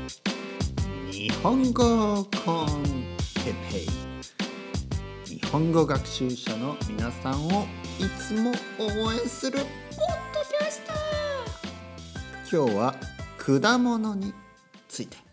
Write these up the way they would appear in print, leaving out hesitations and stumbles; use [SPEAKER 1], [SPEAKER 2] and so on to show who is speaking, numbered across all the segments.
[SPEAKER 1] 日本語コンテッペイ、日本語学習者の皆さんをいつも応援するポッドキャスター。今日は果物について。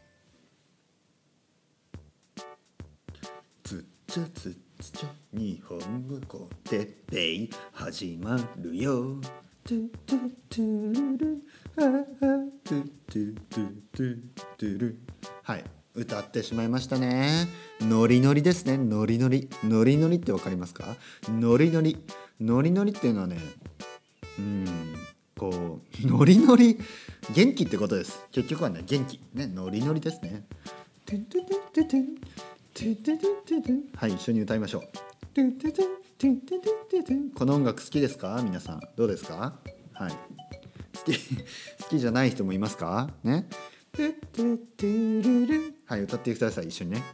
[SPEAKER 1] つっちゃつっちゃ日本語コンテッペイ始まるよ。トゥトゥトゥルルトゥトゥトゥトゥトゥル。はい、歌ってしまいましたね。ノリノリですね。ノリノリってわかりますか？ノリノリっていうのはね、こうノリノリ元気ってことです。結局はね、元気ね、ノリノリですね。はい、一緒に歌いましょう。この音楽好きですか？皆さんどうですか？はい、好きじゃない人もいますかね。はい、歌ってください。一緒にね。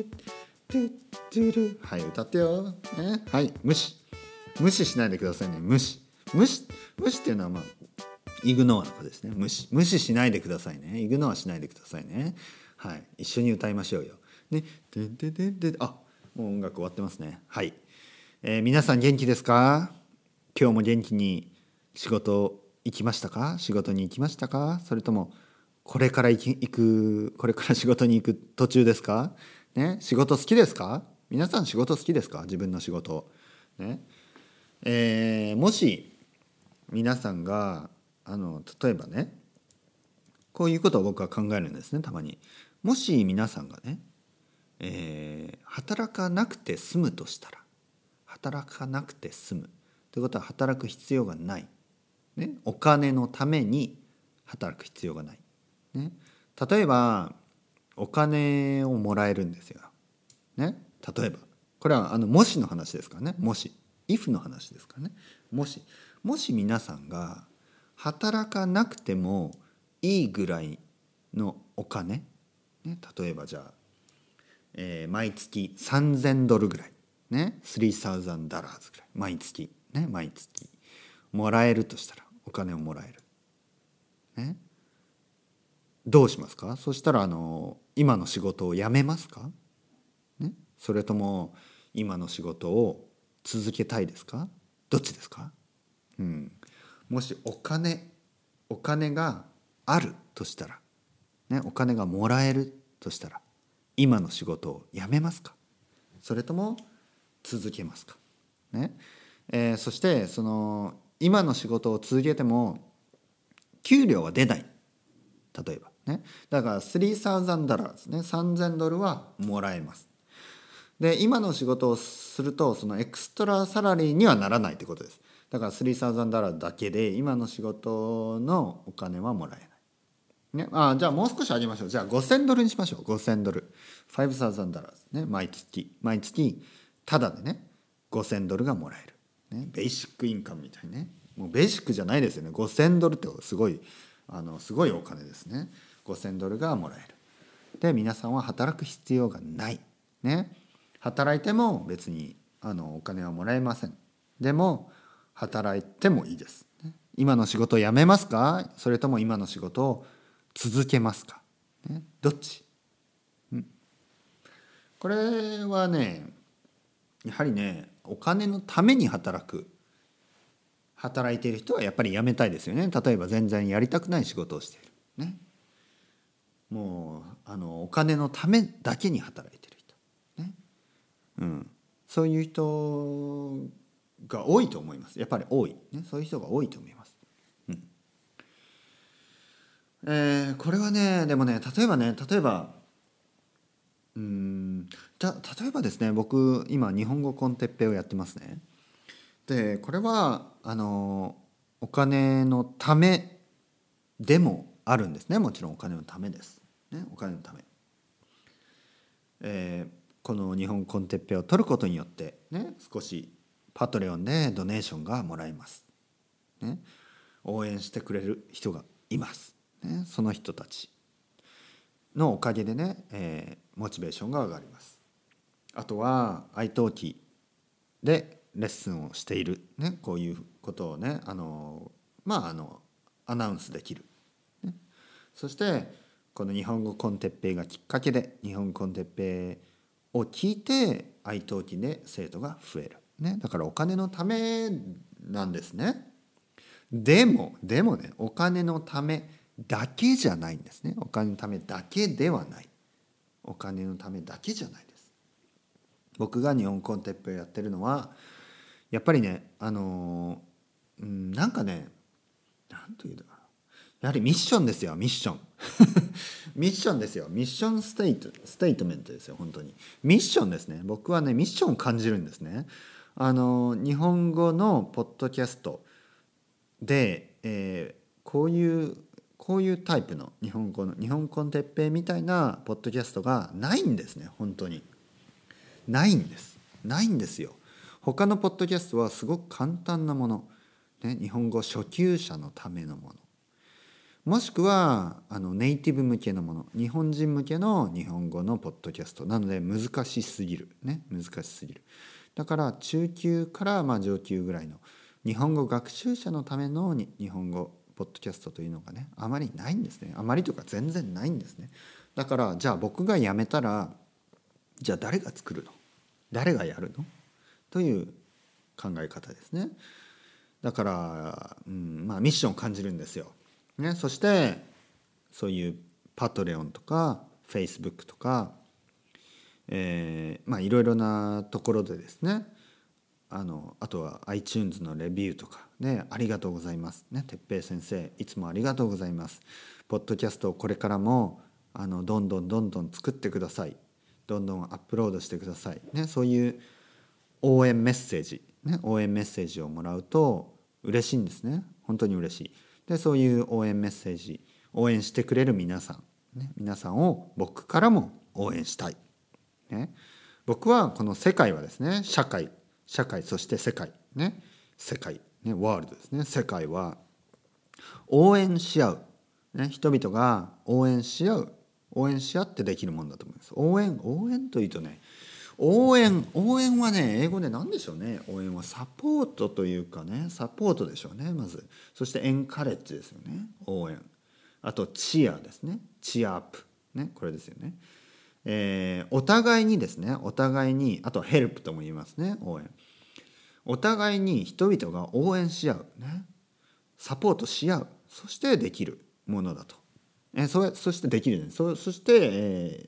[SPEAKER 1] はい、歌ってよ、ね、はい、無視しないでくださいね。無視っていうのはイグノアのことですね。無視しないでくださいね。イグノアしないでくださいね。はい、一緒に歌いましょうよね。あ、もう音楽終わってますね。はい、皆さん元気ですか？今日も元気に仕事行きましたか？仕事に行きましたか？それともこれから仕事に行く途中ですか？ね、仕事好きですか？皆さん仕事好きですか？自分の仕事ね。もし皆さんが例えばね、こういうことを僕は考えるんですね、たまに。もし皆さんがね、働かなくて済むとしたら、働かなくて済むということは働く必要がない、ね、お金のために働く必要がない、ね、例えばお金をもらえるんですよ、ね、例えばこれはもしの話ですからね。もし if の話ですからね。もし皆さんが働かなくてもいいぐらいのお金、ね、例えばじゃあ、毎月$3,000ぐらいね、$3,000ぐらい毎月もらえるとしたら、お金をもらえる、ね、どうしますか？そしたら今の仕事を辞めますか？ね、それとも今の仕事を続けたいですか？どっちですか？もしお金があるとしたら、ね、お金がもらえるとしたら、今の仕事を辞めますか？それとも続けますか？ね、そして今の仕事を続けても給料は出ない。例えばね、だから$3,000ですね、$3,000はもらえます。で、今の仕事をするとそのエクストラサラリーにはならないってことです。だから$3,000だけで今の仕事のお金はもらえない、ね、じゃあもう少し上げましょう。じゃあ$5,000にしましょう。$5,000、$5,000ね、毎月ただでね$5,000がもらえる、ね、ベーシックインカムみたいね。もうベーシックじゃないですよね。$5,000ってすごいお金ですね。$5,000がもらえる。で、皆さんは働く必要がないね。働いても別にお金はもらえません。でも働いてもいいです。今の仕事を辞めますか？それとも今の仕事を続けますか？ね、どっち？これはね、やはりね、お金のために働いている人はやっぱり辞めたいですよね。例えば全然やりたくない仕事をしている。ね、もうお金のためだけに働いている人。ね、そういう人が多いと思います。やっぱり多い、ね、そういう人が多いと思います。これはね、でもね、例えば例えばですね、僕今日本語コンテッペをやってますね。で、これはお金のためでもあるんですね。もちろんお金のためです、ね、お金のため、この日本コンテッペを取ることによって、ね、少しパトレオンでドネーションがもらえます、ね、応援してくれる人がいます、ね、その人たちのおかげでね、モチベーションが上がります。あとはiTalkiでレッスンをしている、ね、こういうことをねアナウンスできる、ね、そしてこの日本語コンテッペイがきっかけで日本コンテッペイを聞いて愛登記で生徒が増える、ね、だからお金のためなんですね。でもね、お金のためだけじゃないんですね。お金のためだけではない。お金のためだけじゃないです。僕が日本コンテッペイやってるのはやっぱりね、なんかね、なんというのかな、やはりミッションですよ、ミッションミッションですよ、ミッションステートメントですよ。本当にミッションですね。僕はねミッションを感じるんですね。日本語のポッドキャストで、こういうタイプの日本コンテッペイみたいなポッドキャストがないんですね。本当にないんですよ。他のポッドキャストはすごく簡単なもの、ね、日本語初級者のためのもの、もしくはネイティブ向けのもの、日本人向けの日本語のポッドキャストなので難しすぎる。だから中級から上級ぐらいの日本語学習者のための日本語ポッドキャストというのがね、あまりないんですね。あまりというか全然ないんですね。だからじゃあ僕が辞めたら、じゃあ誰が作るの？誰がやるの？という考え方ですね。だから、ミッションを感じるんですよ。ね、そしてそういうパトレオンとかフェイスブックとか、いろいろなところでですね、あとは iTunes のレビューとかね、ありがとうございますね、哲平先生いつもありがとうございます。ポッドキャストをこれからもどんどん作ってください。どんどんアップロードしてくださいね。そういう応援メッセージね、応援メッセージをもらうと嬉しいんですね。本当に嬉しい。でそういう応援メッセージ、応援してくれる皆さん、ね、皆さんを僕からも応援したい、ね、僕はこの世界はですね、社会そして世界ね、ワールドですね。世界は応援し合う、ね、人々が応援し合ってできるものだと思います。応援というとね、応援はね、英語で何でしょうね。応援はサポートというかね、サポートでしょうね、まず。そしてエンカレッジですよね、応援。あとチアですね、チアアップね、これですよね。お互いにですね、あとヘルプとも言いますね、応援。お互いに人々が応援し合うね、サポートし合う、そしてできるものだと。そしてできるね。そして、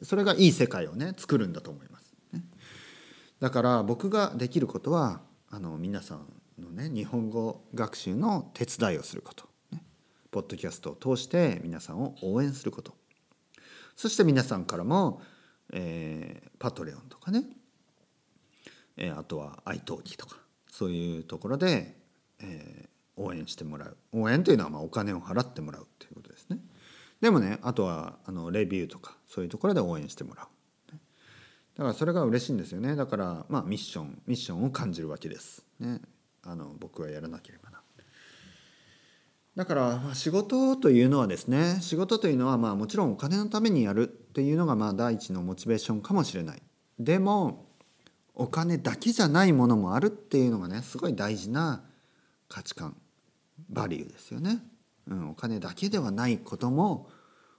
[SPEAKER 1] それがいい世界をね作るんだと思います。だから僕ができることは皆さんのね日本語学習の手伝いをすること、ね、ポッドキャストを通して皆さんを応援すること、そして皆さんからも、パトレオンとかね、あとは愛登記とかそういうところで、応援してもらう。応援というのはお金を払ってもらうということですね。でもね、あとはレビューとかそういうところで応援してもらう。だからそれが嬉しいんですよね。だからミッションを感じるわけですね。僕はやらなければな。だから仕事というのはですね、もちろんお金のためにやるっていうのが第一のモチベーションかもしれない。でもお金だけじゃないものもあるっていうのがね、すごい大事な価値観、バリューですよね。お金だけではないことも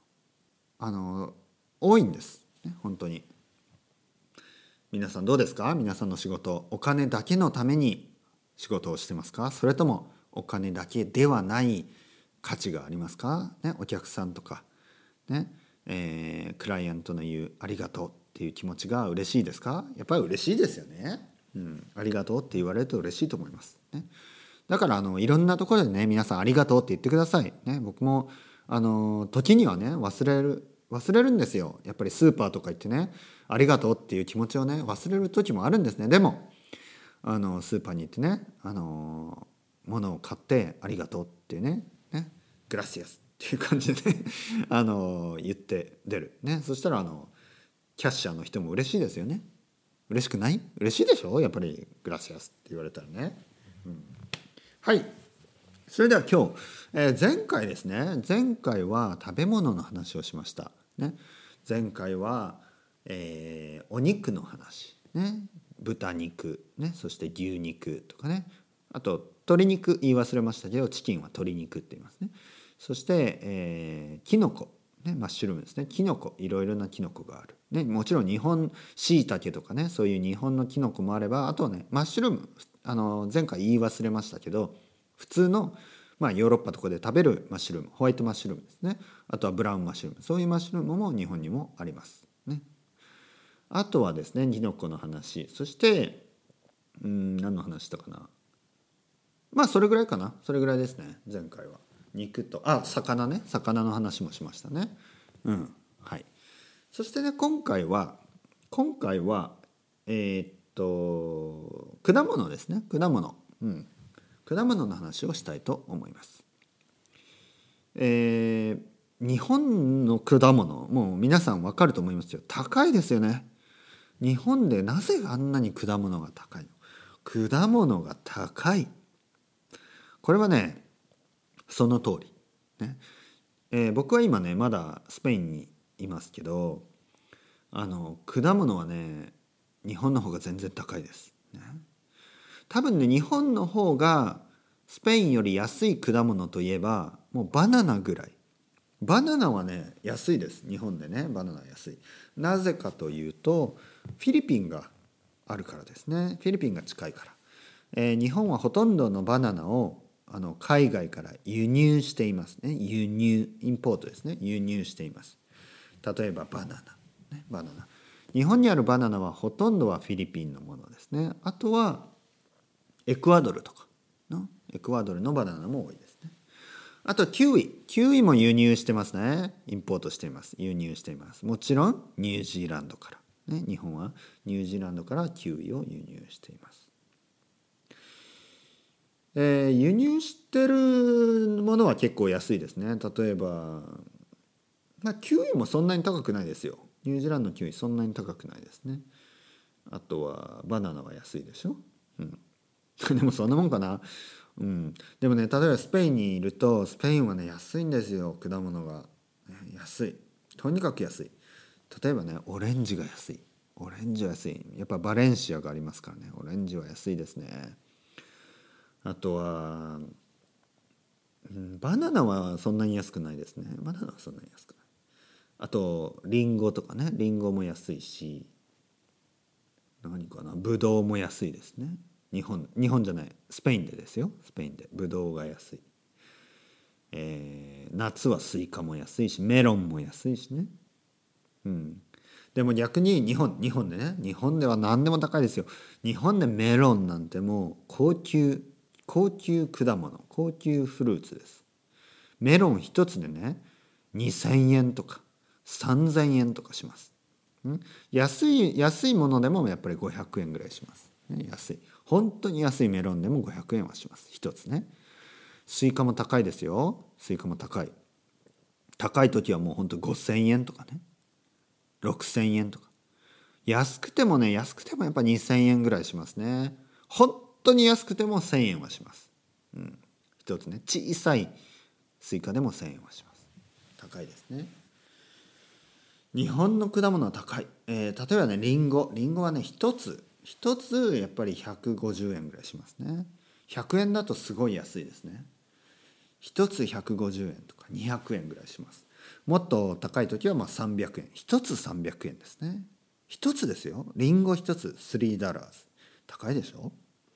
[SPEAKER 1] 多いんです、ね、本当に。皆さんどうですか？皆さんの仕事、お金だけのために仕事をしてますか？それともお金だけではない価値がありますか？ね、お客さんとか、ねクライアントの言うありがとうっていう気持ちが嬉しいですか？やっぱり嬉しいですよね。ありがとうって言われると嬉しいと思います、ね。だからいろんなところでね、皆さんありがとうって言ってください、ね。僕も時にはね忘れるんですよ。やっぱりスーパーとか行ってね、ありがとうっていう気持ちをね忘れる時もあるんですね。でもスーパーに行ってね、物を買ってありがとうっていうね、グラシアスっていう感じでね言って出る、ね。そしたらキャッシャーの人も嬉しいですよね。嬉しくない？嬉しいでしょ？やっぱりグラシアスって言われたらね。はい。それでは今日、前回ですね。前回は食べ物の話をしました。ね。前回は、お肉の話、ね。豚肉、ね。そして牛肉とかね。あと鶏肉言い忘れましたけど、チキンは鶏肉って言いますね。そして、キノコ、 ね、マッシュルームですね。キノコ、いろいろなキノコがある、ね、もちろん日本しいたけとかね、そういう日本のキノコもあれば、あとはねマッシュルーム、前回言い忘れましたけど、普通のヨーロッパとかで食べるマッシュルーム、ホワイトマッシュルームですね。あとはブラウンマッシュルーム、そういうマッシュルームも日本にもありますね。あとはですね、キノコの話、そして何の話したかな。それぐらいかな。それぐらいですね。前回は肉と魚ね、魚の話もしましたね。はい。そしてね、今回は果物ですね。果物、果物の話をしたいと思います。日本の果物、もう皆さん分かると思いますよ。高いですよね。日本でなぜあんなに果物が高いの？果物が高い。これはね、その通り、ね。僕は今ねまだスペインにいますけど、果物はね日本の方が全然高いです、ね。多分ね日本の方がスペインより安い果物といえばもうバナナぐらい。バナナはね安いです。日本でねバナナは安い。なぜかというとフィリピンがあるからですね。フィリピンが近いから、日本はほとんどのバナナを海外から輸入していますね。輸入、インポートですね。輸入しています。例えばバナナ、ね、バナナ。日本にあるバナナはほとんどはフィリピンのものですね。あとはエクアドルとかのエクアドルのバナナも多いですね。あとキウイも輸入してますね。インポートしています。輸入しています。もちろんニュージーランドから、ね、日本はニュージーランドからキウイを輸入しています。輸入してるものは結構安いですね。例えば、キウイもそんなに高くないですよ。ニュージーランドのキウイそんなに高くないですね。あとはバナナは安いでしょ。でもそんなもんかな。でもね、例えばスペインにいると、スペインはね安いんですよ。果物が、安い。とにかく安い。例えばねオレンジが安い。オレンジは安い。やっぱバレンシアがありますからね。オレンジは安いですね。あとは、バナナはそんなに安くないですね。バナナはそんなに安くない。あとリンゴとかね、リンゴも安いし、何かな、ブドウも安いですね。日本じゃない、スペインでですよ。スペインでブドウが安い。夏はスイカも安いし、メロンも安いしね。でも逆に日本でね、日本では何でも高いですよ。日本でメロンなんてもう高級果物、高級フルーツです。メロン一つでね2,000円とか3,000円とかします。安いものでもやっぱり500円ぐらいします、ね。安い、本当に安いメロンでも500円はします一つね。スイカも高いですよ。スイカも高い時はもう本当5,000円とかね、6,000円とか。安くてもやっぱ2,000円ぐらいしますね。本当に安くても1,000円はします。一つね、小さいスイカでも1,000円はします。高いですね。日本の果物は高い。例えばねリンゴはね一つやっぱり150円ぐらいしますね。100円だとすごい安いですね。一つ150円とか200円ぐらいします。もっと高い時は300円。一つ300円ですね。一つですよ。リンゴ一つ3ダラーズ。高いでしょ。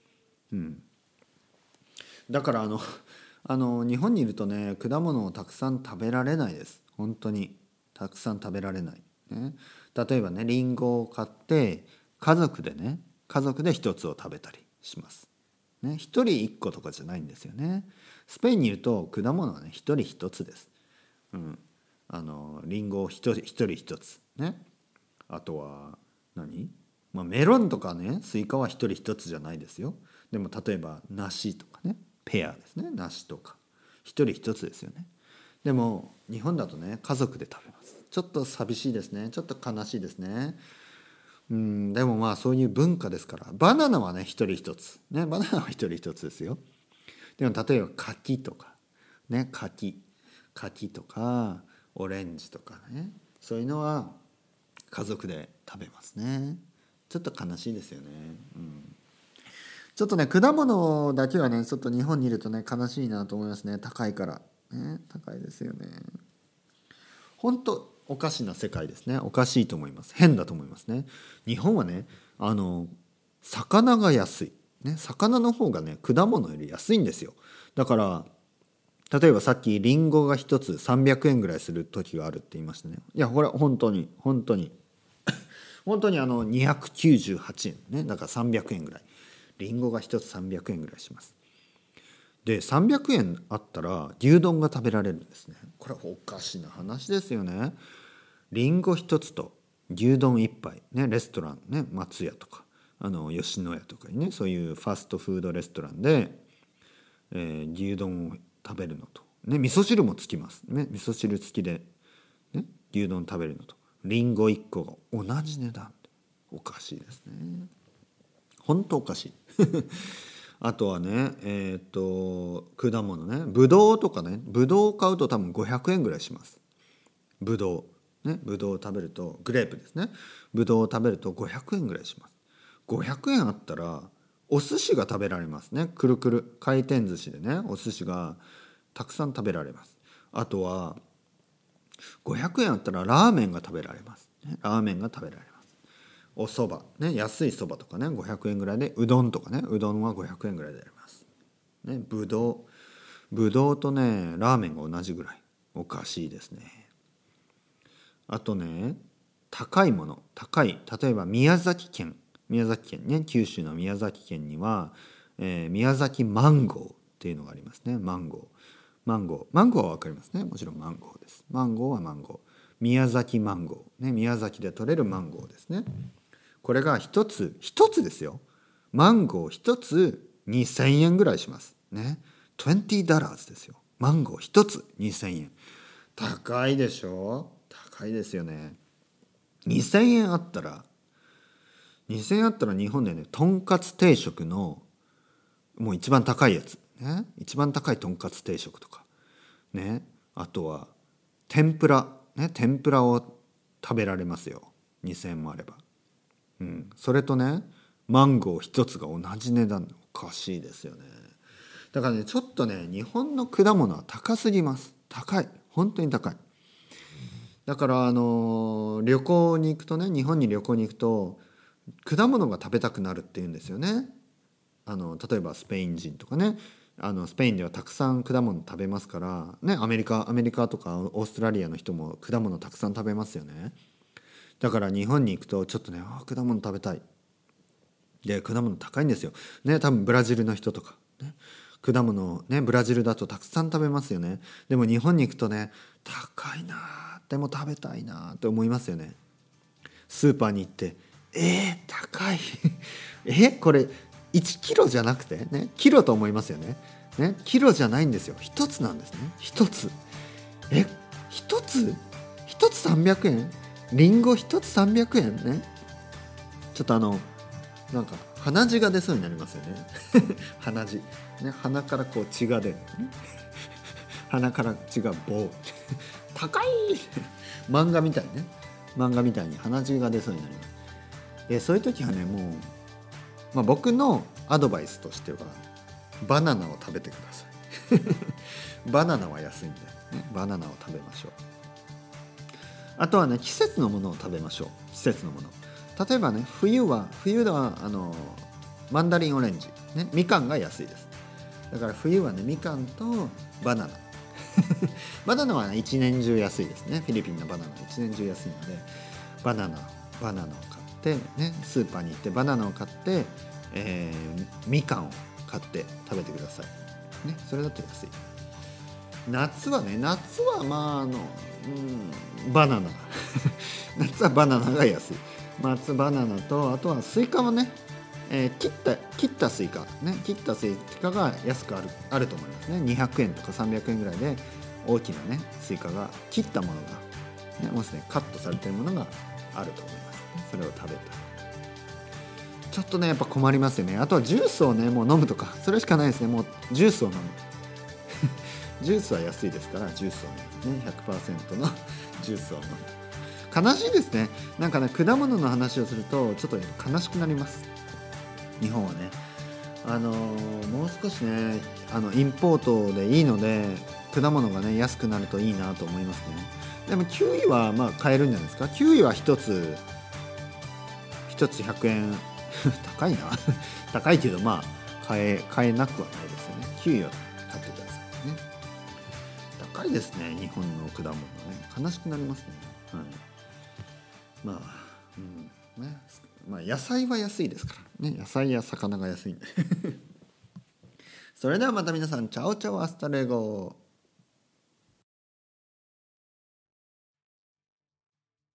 [SPEAKER 1] だから日本にいるとね果物をたくさん食べられないです。本当にたくさん食べられない、ね。例えばねリンゴを買って家族で一つを食べたりします。ね、一人一個とかじゃないんですよね。スペインにいると果物はね一人一つです。リンゴを一人一つね。あとはメロンとかねスイカは一人一つじゃないですよ。でも例えば梨とかね、ペアですね、梨とか一人一つですよね。でも日本だとね家族で食べます。ちょっと寂しいですね。ちょっと悲しいですね。でもそういう文化ですから。バナナはね一人一つね、バナナは一人一つですよ。でも例えば柿とかね、柿とかオレンジとかね、そういうのは家族で食べますね。ちょっと悲しいですよね。ちょっとね果物だけはねちょっと日本にいるとね悲しいなと思いますね。高いからね、高いですよね。 本当おかしな世界ですね。おかしいと思います。変だと思いますね。日本はね魚が安い、ね、魚の方がね果物より安いんですよ。だから例えばさっきリンゴが1つ300円ぐらいする時があるって言いましたね。いやこれ本当に298円ね。だから300円ぐらい。リンゴが1つ300円ぐらいします。で300円あったら牛丼が食べられるんですね。これはおかしな話ですよね。リンゴ1つと牛丼1杯ね、レストランね、松屋とか吉野家とかにね、そういうファストフードレストランで、牛丼を食べるのと、ね、味噌汁もつきますね。味噌汁付きで、ね、牛丼食べるのとリンゴ1個が同じ値段。おかしいですね。本当おかしいあとはね果物ね、ぶどうとかね、ぶどうを買うと多分500円ぐらいします。ぶどうね、ぶどうを食べると、グレープですね、ぶどうを食べると500円ぐらいします。500円あったらお寿司が食べられますね。くるくる回転寿司でね、お寿司がたくさん食べられます。あとは500円あったらラーメンが食べられます、ね、ラーメンが食べられます。お蕎麦ね、安い蕎麦とかね500円ぐらいで、うどんとかね、うどんは500円ぐらいでありますね。ぶどうとねラーメンが同じぐらい。おかしいですね。あとね高いもの、例えば宮崎県ね、九州の宮崎県には、宮崎マンゴーっていうのがありますね。マンゴーは分かりますね。もちろんマンゴーです。マンゴーはマンゴー、宮崎マンゴー、ね、宮崎で採れるマンゴーですね。これが一つですよ。マンゴー一つ2000円ぐらいしますね。$20ですよ。マンゴー一つ2000円。高いでしょ。高いですよね。2000円あったら日本でね、とんかつ定食のもう一番高いやつ、ね、一番高いとんかつ定食とかね、あとは天ぷらを食べられますよ。2000円もあれば。それとねマンゴー一つが同じ値段。おかしいですよね。だからねちょっとね日本の果物は高すぎます。高い、本当に高い。だから旅行に行くとね、日本に旅行に行くと果物が食べたくなるっていうんですよね。例えばスペイン人とかね、スペインではたくさん果物食べますからね。アメリカとかオーストラリアの人も果物たくさん食べますよね。だから日本に行くとちょっとね果物食べたい。で果物高いんですよね。多分ブラジルの人とか、ね、果物ねブラジルだとたくさん食べますよね。でも日本に行くとね高いな、でも食べたいなって思いますよね。スーパーに行って高いこれ1キロじゃなくてねキロと思いますよね。キロじゃないんですよ。一つなんですね。一つ300円。リンゴ一つ300円ね。ちょっとなんか鼻血が出そうになりますよね鼻血ね、鼻からこう血が出る鼻から血がボー高い漫画みたいに鼻血が出そうになります。でそういう時はねもう、僕のアドバイスとしてはバナナを食べてくださいバナナは安いんで、ね、バナナを食べましょう。あとはね季節のものを食べましょう。季節のもの、例えばね冬はマンダリンオレンジ、ね、みかんが安いです。だから冬はねみかんとバナナバナナは、ね、一年中安いですね。フィリピンのバナナは一年中安いのでバナナを買って、ね、スーパーに行ってバナナを買って、みかんを買って食べてください、ね、それだと安い。夏はバナナ夏はバナナが安い。夏バナナと、あとはスイカはね、切ったスイカね、切ったスイカが安くあると思いますね。200円とか300円ぐらいで大きなねスイカが切ったものが、もしねカットされているものがあると思います。それを食べたちょっとねやっぱ困りますよね。あとはジュースをねもう飲むとか、それしかないですね。もうジュースを飲むジュースは安いですからジュースを飲む、ね、100% のジュースを飲む。悲しいですね。なんかね果物の話をするとちょっと悲しくなります。日本はねもう少しねインポートでいいので果物がね安くなるといいなと思いますね。 でもキウイはまあ買えるんじゃないですか。キウイは一つ100円高いな高いけどまあ買えなくはないですよね。キウイは買ってくださいね。高いですね、日本の果物ね。悲しくなりますね。はい、まあ、ね、まあ野菜は安いですからね。野菜や魚が安いんでそれではまた皆さん、チャオチャオアスタレゴ。